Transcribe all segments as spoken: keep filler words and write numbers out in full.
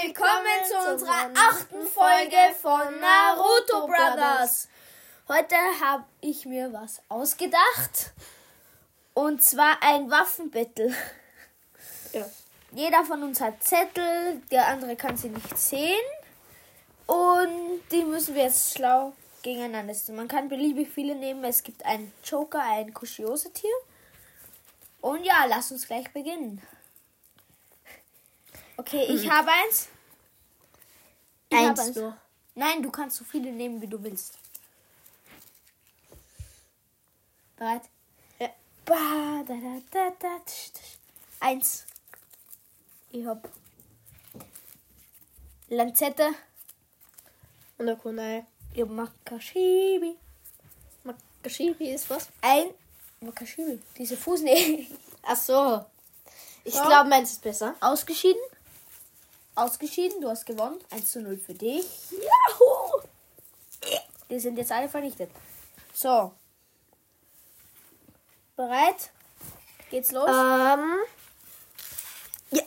willkommen zu unserer achten Folge von Naruto Brothers. Heute habe ich mir was ausgedacht. Und zwar ein Waffenbattle. Ja. Jeder von uns hat Zettel, der andere kann sie nicht sehen. Und die müssen wir jetzt schlau gegeneinander setzen. Man kann beliebig viele nehmen. Es gibt einen Joker, ein Kuriosetier. Und ja, lass uns gleich beginnen. Okay, ich hm. habe eins. Ich eins habe eins. nur. Nein, du kannst so viele nehmen, wie du willst. Bereit? Ja. Ba, da, da, da, da, tsch, tsch. Eins. Ich hab Lanzette. Und der Kunai. Ich hab Makashibi. Makashibi ist was? Ein Makashibi. Diese Fußnägel. Ach so. Ich So. glaube, meins ist besser. Ausgeschieden. Ausgeschieden. Du hast gewonnen. eins zu null für dich. Juhu! Die sind jetzt alle vernichtet. So. Bereit? Geht's los? Ähm. Ja.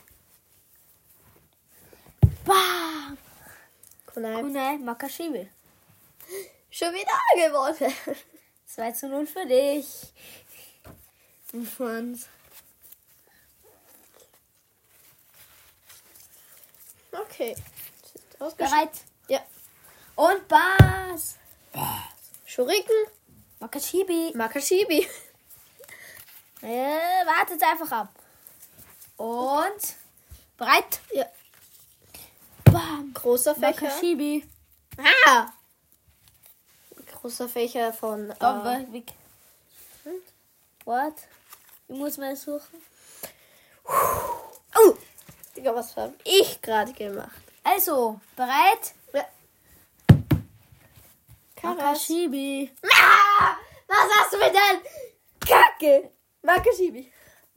Bam! Kunai. Kunai Makashibi. Schon wieder gewonnen. zwei zu null für dich. Franz. Okay. Bereit? Ja. Und Bas. Shuriken. Makashibi. Makashibi. Äh, wartet einfach ab. Und bereit? Ja. Bam. Großer Fächer. Makashibi. Ah! Großer Fächer von. Komm, Äh, äh, weg. What? Ich muss mal suchen. oh! Digga, was habe ich gerade gemacht? Also, bereit? Ja. Makashibi. Ah! Was hast du mit deinem Kacke? Makashibi.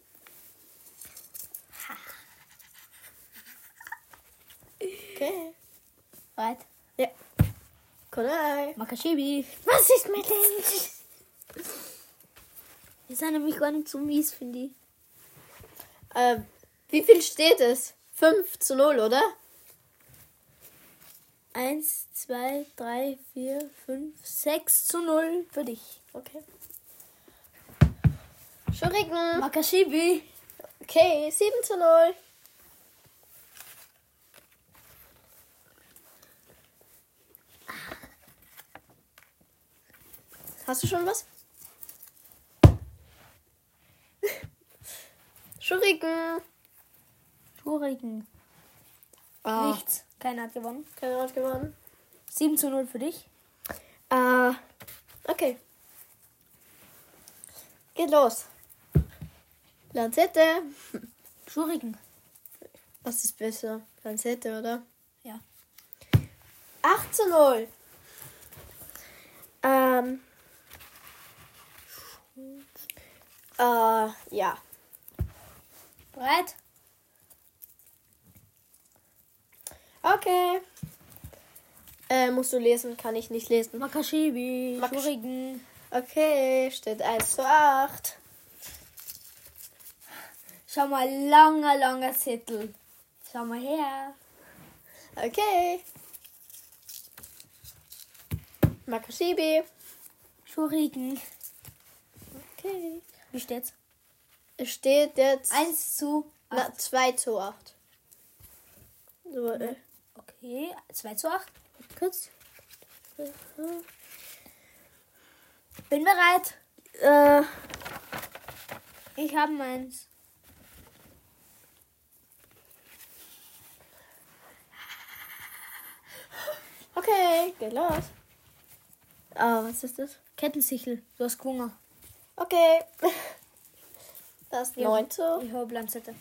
Okay. Bereit? Ja. Kunai. Makashibi. Was ist mit dem? Die sind nämlich gar nicht so mies, finde ich. Ähm, wie viel steht es? fünf zu null, oder? Eins, zwei, drei, vier, fünf, sechs zu null für dich. Okay. Shuriken. Makashibi. Okay, sieben zu null. Hast du schon was? Shuriken. Shuriken. Ah, Nichts. Keiner hat gewonnen. keiner hat gewonnen. sieben zu null für dich. Ah, okay. Geht los. Lanzette. Shuriken. Was ist besser? Lanzette, oder? Ja. acht zu null. Ähm. Äh, ja. Bereit? Okay. Äh, musst du lesen? Kann ich nicht lesen. Makashibi. Makash- Shuriken. Okay, steht eins zu acht. Schau mal, langer, langer Zettel. Schau mal her. Okay. Makashibi. Shuriken. Okay. Wie steht's? Es steht jetzt eins zu na, acht. zwei zu acht. So, äh, Okay, zwei zu acht. kurz. Bin bereit. Äh, Ich habe meins. okay, geht los. Ah, was ist das? Kettensichel. Du hast Hunger. Okay. Das ist Ja. neun zu. Ich habe Lanzette.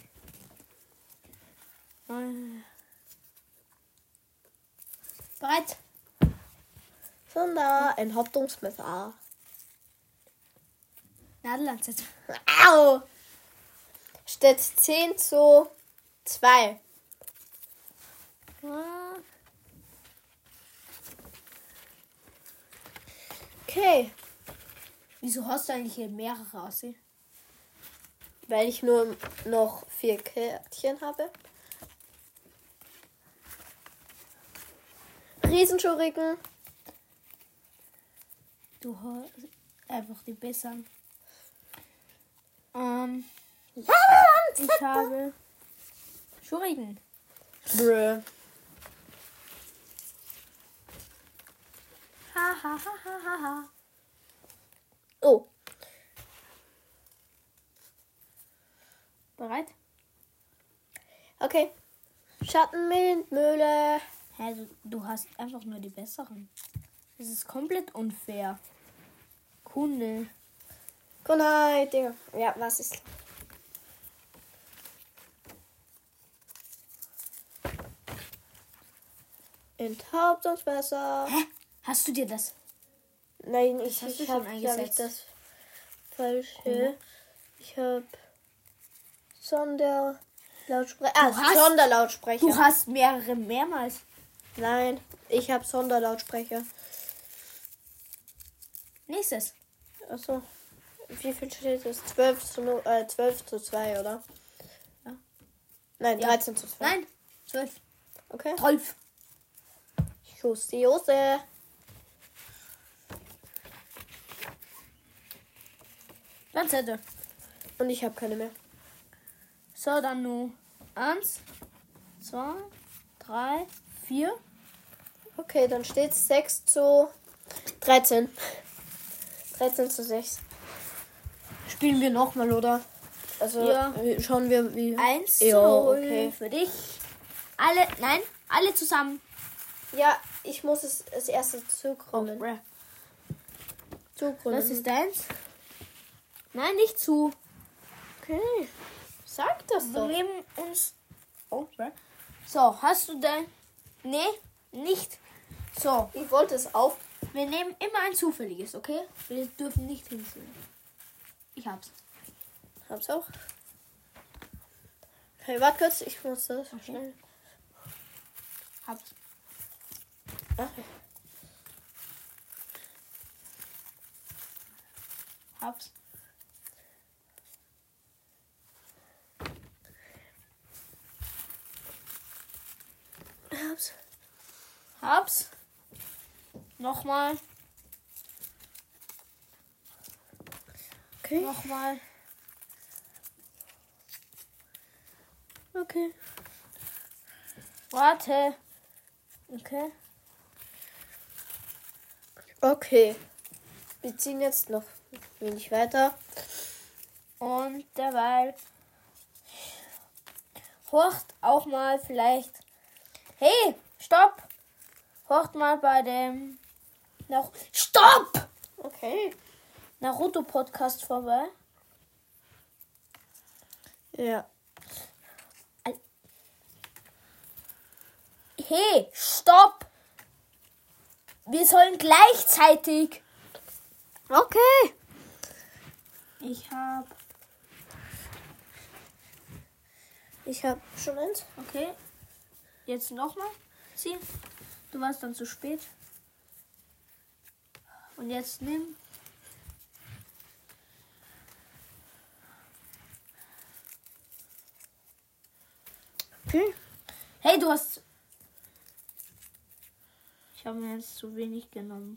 Bereit? Sonder, ein Hauptungsmesser. Nadellanzette. Au! Steht zehn zu zwei. Ah, Okay. Wieso hast du eigentlich hier mehrere aussehen? Weil ich nur noch vier Kärtchen habe. Riesenschuriken. Du hast einfach die besseren. Ähm, Ja, ich habe Schuriken. Brö. Ha, ha, ha, ha, ha, ha. Oh. Bereit? Okay. Schattenmühle. Hä, du, du hast einfach nur die besseren. Das ist komplett unfair. Kunde. Kunheit, Digga. Ja, was ist? Enthauptungswasser. Hä? Hast du dir das? Nein, ich, hast du ich schon habe glaube ich eingesetzt? das falsche. Ich habe Sonderlautsprecher. Ah, Du hast- Sonderlautsprecher. Du hast mehrere mehrmals. Nein, ich habe Sonderlautsprecher. Nächstes. Achso. Wie viel steht das? zwölf zu, nu- äh, zwölf zu zwei, oder? Ja. Nein, Ja. dreizehn zu zwei. Nein. Zwölf. Okay. Zwölf. Justiose. Dann Zettel. Und ich habe keine mehr. So, dann nur eins, zwei, drei, vier. Okay, dann steht es sechs zu dreizehn. dreizehn zu sechs. Spielen wir nochmal, oder? Also Ja. äh, schauen wir, wie. Eins Ja, zu okay. für dich. Alle, nein, alle zusammen. Ja, ich muss es als erstes zugrollen. Oh, Zugrollen. das ist deins. Nein, nicht zu. okay. Sag das Wir doch. nehmen uns. Oh, so, hast du dein. Nee, nicht. So, Ich wollte es auf. wir nehmen immer ein zufälliges, okay? Wir dürfen nicht hinziehen. Ich hab's. Hab's auch. Okay, warte kurz, ich muss das schnell. Hab's. Ach, Hab's. hab's. Hab's. Nochmal. Okay. Nochmal. Okay. Warte. Okay. Okay. Wir ziehen jetzt noch ein wenig weiter. Und derweil horcht auch mal vielleicht. Hey, stopp! Horcht mal bei dem Nach Stopp! Okay. Naruto Podcast vorbei. Ja. Hey, stopp! Wir sollen gleichzeitig. Okay. Ich hab. Ich habe schon eins. Okay. Jetzt nochmal ziehen. Du warst dann zu spät. Und jetzt nimm. Okay. Hey, du hast. Ich habe mir jetzt zu wenig genommen.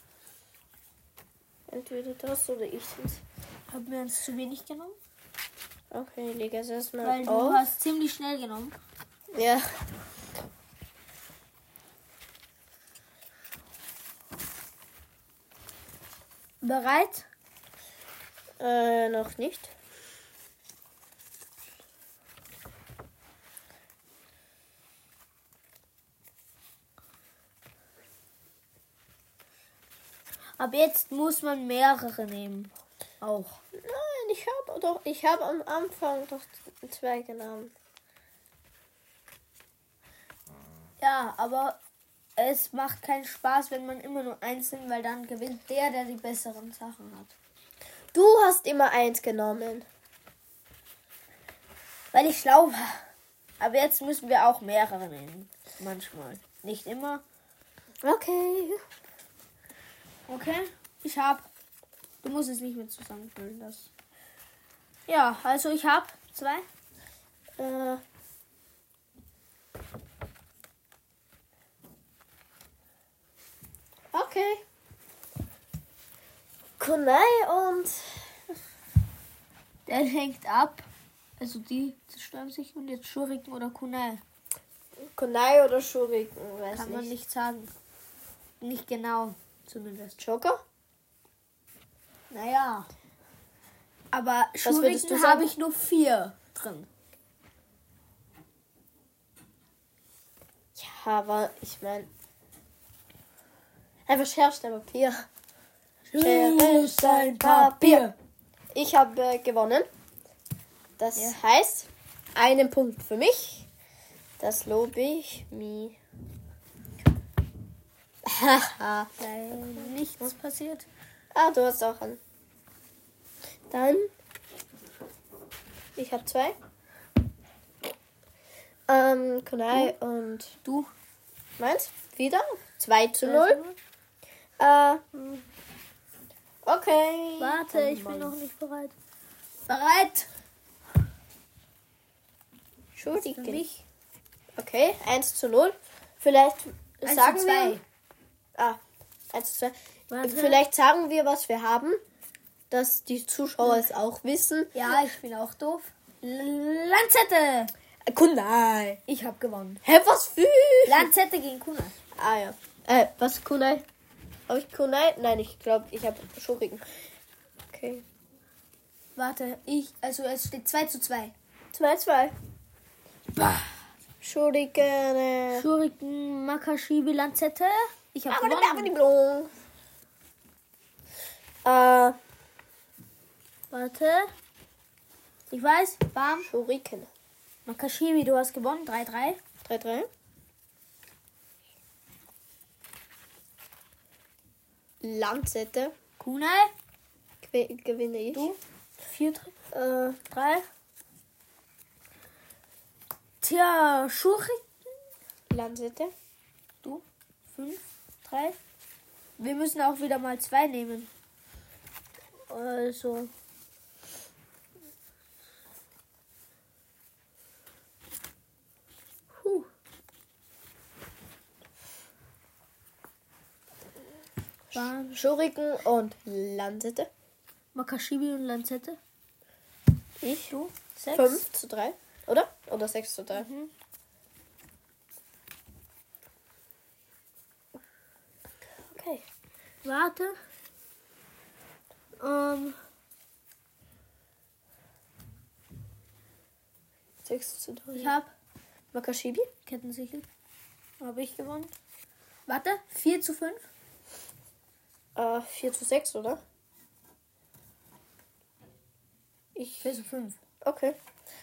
Entweder das oder ich es. Ich habe mir jetzt zu wenig genommen. Okay, leg es erstmal Weil du auf. hast ziemlich schnell genommen. Ja. Bereit? Äh, noch nicht. Ab jetzt muss man mehrere nehmen. Auch. Nein, ich habe doch, ich habe am Anfang doch zwei genommen. Ja, aber es macht keinen Spaß, wenn man immer nur eins nimmt, weil dann gewinnt der, der die besseren Sachen hat. Du hast immer eins genommen. Weil ich schlau war. Aber jetzt müssen wir auch mehrere nehmen. Manchmal. Nicht immer. Okay. Okay, ich hab. Du musst es nicht mehr zusammenfüllen. Das. Ja, also ich hab zwei. Äh, Okay. Kunai und... Der hängt ab. Also die zerstören sich und jetzt Schuriken oder Kunai. Kunai oder Schuriken, weiß Kann nicht. man nicht sagen. Nicht genau, zumindest. Joker? Naja. Aber würdest du Schuriken sagen? habe ich nur vier drin. Ja, aber ich meine... Einfach Schere, Stein, Papier. Schere, Stein, Papier. Ich habe äh, gewonnen. Das Ja. heißt, einen Punkt für mich. Das lobe ich mir. Haha. Weil nichts passiert. Ah, du hast auch einen. Dann. Ich habe zwei. Ähm, Kunai und Du? meins. Wieder. zwei zu null. Äh, okay. Warte, ich bin noch nicht bereit. Bereit? Für Entschuldigung. mich. Okay, eins zu null. Vielleicht Eins sagen zu wir... zwei. Ah, eins zu zwei. Warte. Vielleicht sagen wir, was wir haben, dass die Zuschauer es auch wissen. Ja, ich bin auch doof. Lanzette. Kunai. Ich habe gewonnen. Hä, was für? Lanzette gegen Kunai. Ah ja. Äh, was Kunai? Habe ich Kunai? Nein, ich glaube, ich habe Schuriken. Okay. Warte, ich, also es steht zwei zu zwei. zwei zwei. Schuriken. äh. Schuriken, Makashibi, Lanzette. Ich habe Aber die gewonnen. Blumen. Äh, Warte. Ich weiß. Bam. Schuriken. Makashibi, du hast gewonnen. drei drei. drei drei. Lanzette. Kunai. Gew gewinne ich. Du. vier Äh, drei. Tja, Schuriken. Lanzette. Du. fünf drei. Wir müssen auch wieder mal zwei nehmen. Also. Puh. Bam. Schuriken und Lanzette. Makashibi und Lanzette. Ich. Du. sechs. fünf zu drei. Oder? Oder sechs zu drei. Mhm. Okay. Warte. Ähm. sechs zu drei. Ich habe Makashibi. Kettensichel. Habe ich gewonnen. Warte. vier zu fünf. Äh, vier zu sechs, oder? Ich. vier zu fünf. Okay.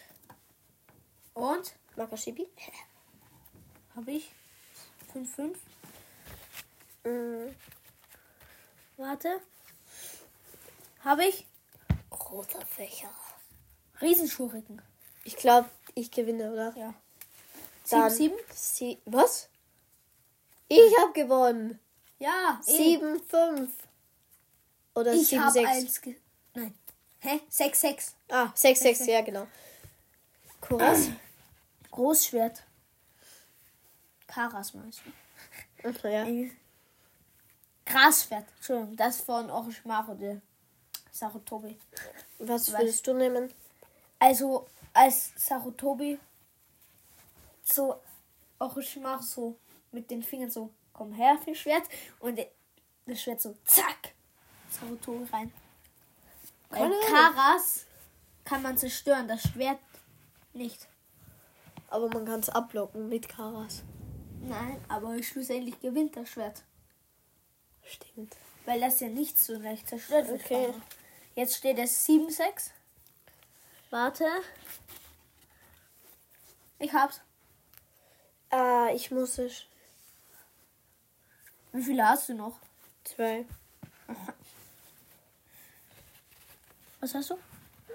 Und Makashibi. habe ich fünf fünf. Mhm. Warte. Habe ich Roter Fächer. Riesenschuriken. Ich glaube, ich gewinne, oder? Ja. Dann sieben sieben? Sie Was? Ich habe gewonnen. Ja. eh. sieben fünf. Oder Ich sieben habe sechs. eins. Ge Nein. Hä? sechs sechs. Ah, sechs sechs, sechs. ja, genau. Kuras. Großschwert. Karas meinst du? ja. Äh, Grasschwert. Entschuldigung, das von Orochimaru, der Sarutobi. Was Weiß- würdest du nehmen? Also, als Sarutobi so Orochimaru so mit den Fingern so, komm her für Schwert. Und das Schwert so, zack, Sarutobi rein. Weil Keine Ahnung. Karas kann man zerstören, das Schwert nicht. Aber man kann es ablocken mit Karas. Nein, aber schlussendlich gewinnt das Schwert. Stimmt. Weil das ja nicht so leicht zerstört wird. Okay. Jetzt steht es sieben sechs. Warte. Ich hab's. Ah, ich muss es. Wie viele hast du noch? Zwei. Was hast du?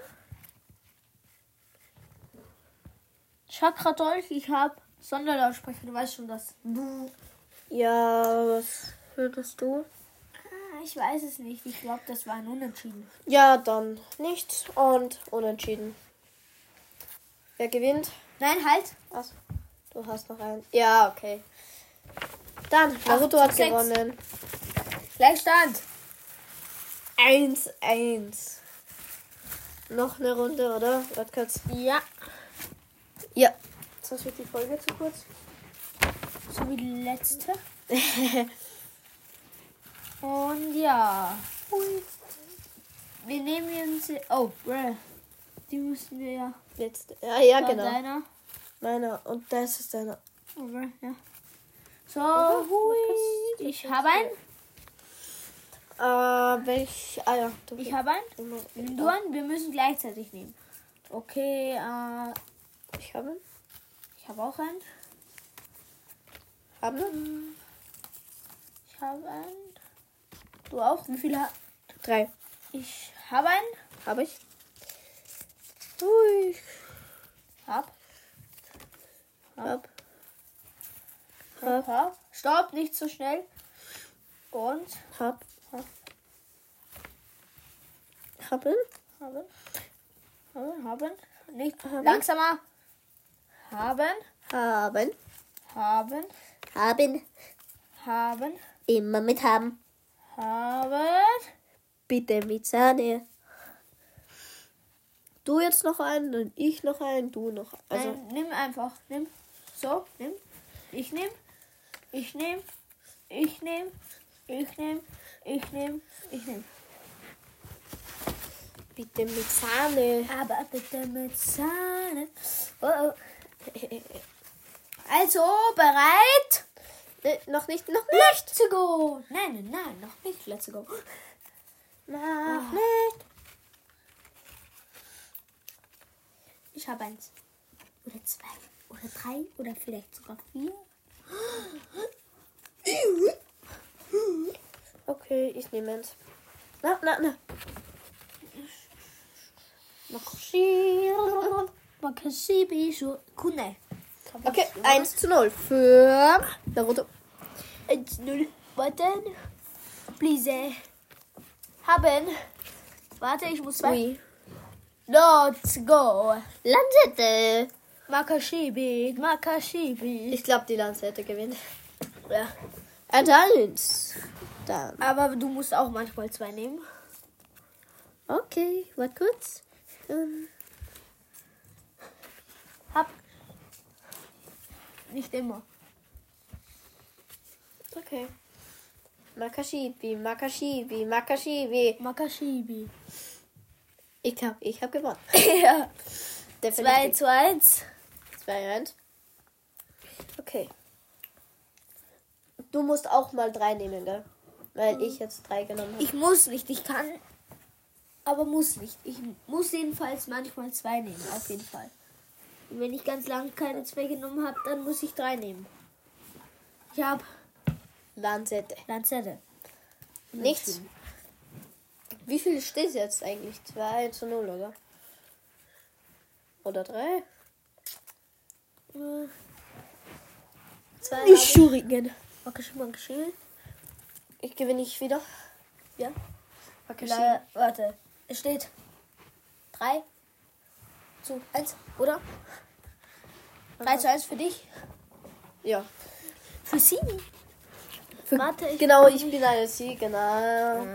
Chakra Dolch, ich hab Sonderlautsprecher, du weißt schon das. Ja, was würdest du? Ah, ich weiß es nicht. Ich glaube, das war ein Unentschieden. Ja, dann nichts und unentschieden. Wer gewinnt? Nein, halt. Ach, du hast noch einen. Ja, okay. Dann, Naruto Acht hat zu sechs. gewonnen. Gleichstand. eins eins. Noch eine Runde, oder? Warte kurz. Ja. Ja. Sonst wird die Folge zu kurz. So wie die letzte. Und ja. Wir nehmen uns. Oh, bruh. Die müssen wir ja. Jetzt. Ja, ja, Da genau. Deiner. Meiner. Und das ist deiner. Oh, bruh, ja. So, Oder? hui. Ich habe einen. Äh, welch. Ah ja. Du, Ich habe einen. Nimm du einen. Wir müssen gleichzeitig nehmen. Okay, äh, Ich habe. ich habe auch einen. Haben wir? Ich habe einen. Du auch? Wie viele? ha- Drei. Ich habe einen. Habe ich. Ui. Hab. Hab. Hab. Hab. Stopp, nicht so schnell. Und Hab. Hab. Haben. haben. Haben. Haben. Nicht Haben. langsamer. Haben. Haben. Haben. Haben. Haben. Immer mit haben. Haben. Bitte mit Sahne. Du jetzt noch einen und ich noch einen, du noch. Also, Nein, nimm einfach. Nimm. So, nimm. Ich nehm. Ich nehm. Ich nehm. Ich nehm. Ich nehm. Ich nehm. bitte mit Sahne. Aber bitte mit Sahne. Oh, oh. Also, bereit? Ne, noch nicht, noch Let's go. Nein, nein, nein, noch nicht. Let's go. Noch nicht. Ich habe eins. Oder zwei. Oder drei. Oder vielleicht sogar vier. Okay, ich nehme eins. Na, na, na. Makashibi so. Kune. Okay, eins zu null für Naruto. eins null. Warten. Please. Haben. Warte, ich muss zwei. Ui. Let's go. Lanzette. Makashibi. Makashibi. Ich glaube, die Lanzette gewinnt. Ja. Eins. Dann. Aber du musst auch manchmal zwei nehmen. Okay, warte kurz. Ähm, Hab. Nicht immer. okay. Makashibi, Makashibi, Makashibi. Makashibi. Ich hab, ich hab gewonnen. Ja. zwei Definitiv. zu eins. zwei eins. Okay. Du musst auch mal drei nehmen, gell? Weil ich jetzt drei genommen habe. Ich muss nicht. Ich kann. Aber muss nicht. Ich muss jedenfalls manchmal zwei nehmen. Auf jeden Fall. Und wenn ich ganz lange keine zwei genommen habe, dann muss ich drei nehmen. Ich habe Lanzette. Lanzette. Nichts. Wie viel steht es jetzt eigentlich? zwei zu null, oder? Oder drei? Äh, Zwei. Die Schurigen. Makashibi, Makashibi. Ich gewinne ich wieder. Ja. Makashibi. La, warte. Es steht drei zu eins, oder? drei zu eins für dich. Ja. Für sie. Für, Warte, ich genau, ich bin eine Sie, genau.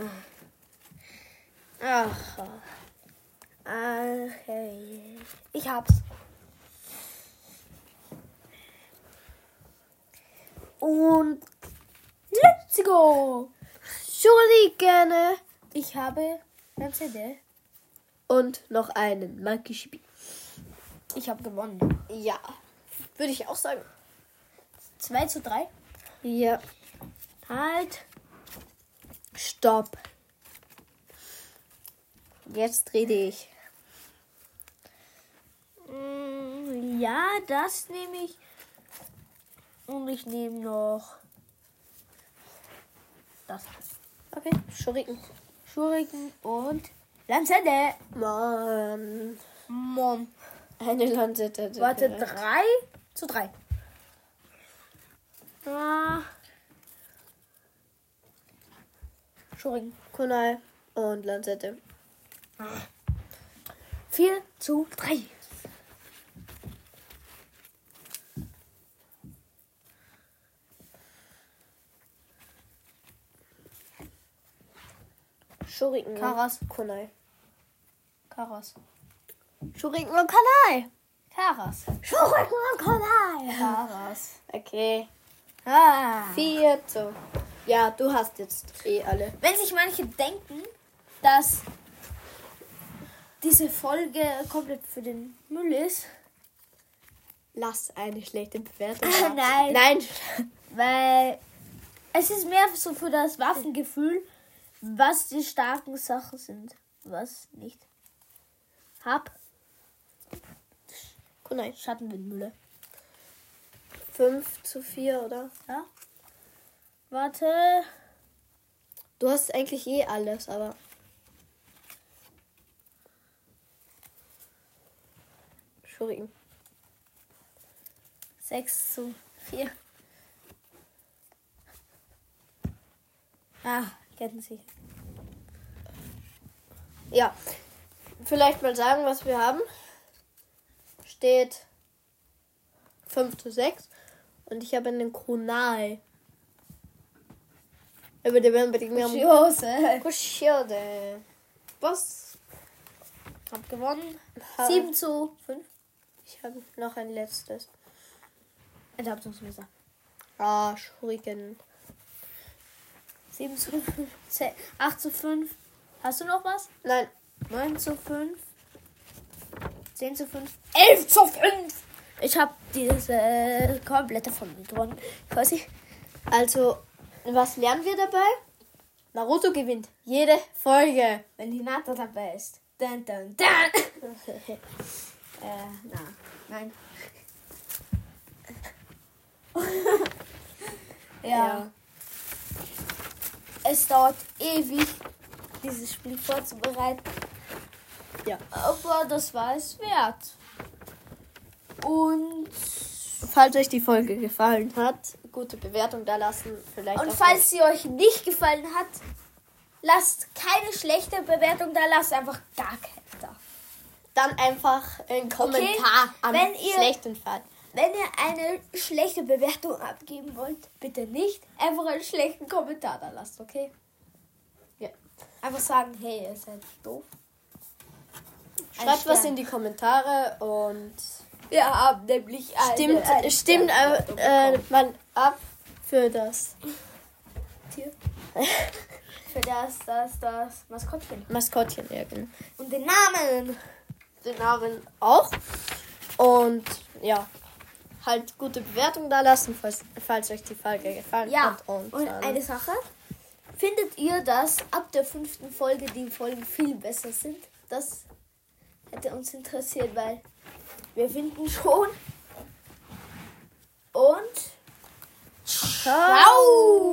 Ach. Okay. Ich hab's. Und Let's go. Schurigen. Ich habe eine C D. Und noch einen Makashibi. Ich habe gewonnen. Ja. Würde ich auch sagen. zwei zu drei. Ja. Halt. Stopp. Jetzt rede ich. Mm, Ja, das nehme ich. Und ich nehme noch das. Okay, Schuriken. Schuriken und Lanzette. Mann. Mom. Eine Lanzette. Warte, drei zu drei. Ah. Schuriken. Kunai und Lanzette. vier zu drei. Schuriken. Karas. Kunai. Karas. Schuriken und Kunai. Karas. Schuriken und Kunai. Karas. Okay. Ah. Vier zu. Ja, du hast jetzt eh alle. Wenn sich manche denken, dass diese Folge komplett für den Müll ist, Lass eine schlechte Bewertung. Ah, nein. Nein. weil es ist mehr so für das Waffengefühl, was die starken Sachen sind, was nicht. Hab Kunai. Schattenwindmühle. Fünf zu vier, oder? Ja. Warte. Du hast eigentlich eh alles, aber. Schuriken. sechs zu vier. Ah, Kettensicher. Ja. Vielleicht mal sagen, was wir haben. Steht fünf zu sechs. Und ich habe einen Kunai. Über die werden wir die mir Schiose. Kuschiode. Was? Hab gewonnen. Ha- sieben zu fünf. Ich habe noch ein letztes. Enthauptungsmesser. Ah, Schuriken. sieben zu fünf. acht zu fünf. Hast du noch was? Nein. neun zu fünf. zehn zu fünf. elf zu fünf. Ich habe diese äh, komplette Folge gewonnen. Quasi. Also, was lernen wir dabei? Naruto gewinnt jede Folge. Wenn Hinata dabei ist. Dun, dun, dun. äh, na. Nein. ja. Ja. Es dauert ewig, dieses Spiel vorzubereiten. Ja. Aber das war es wert. Und, Falls euch die Folge gefallen hat, gute Bewertung da lassen. Vielleicht und auch falls sie euch nicht gefallen hat, lasst keine schlechte Bewertung da, lasst einfach gar keine da. dann einfach einen Kommentar am wenn ihr- schlechten Fall. Wenn ihr eine schlechte Bewertung abgeben wollt, bitte nicht einfach einen schlechten Kommentar da lasst, okay? Ja. Einfach sagen, hey, ihr seid doof. Ein Schreibt was Stern. in die Kommentare und Wir haben nämlich eine, stimmt, eine stimmt Sternbewertung äh, bekommen. man ab für das Tier. Für das, das, das Maskottchen. Maskottchen irgendwie. Und den Namen. Den Namen auch. Und ja, halt gute Bewertung da lassen, falls, falls euch die Folge gefallen Ja, hat. Und, und ähm, eine Sache. Findet ihr, dass ab der fünften Folge die Folgen viel besser sind? Das hätte uns interessiert, weil wir finden schon. Und ciao. ciao!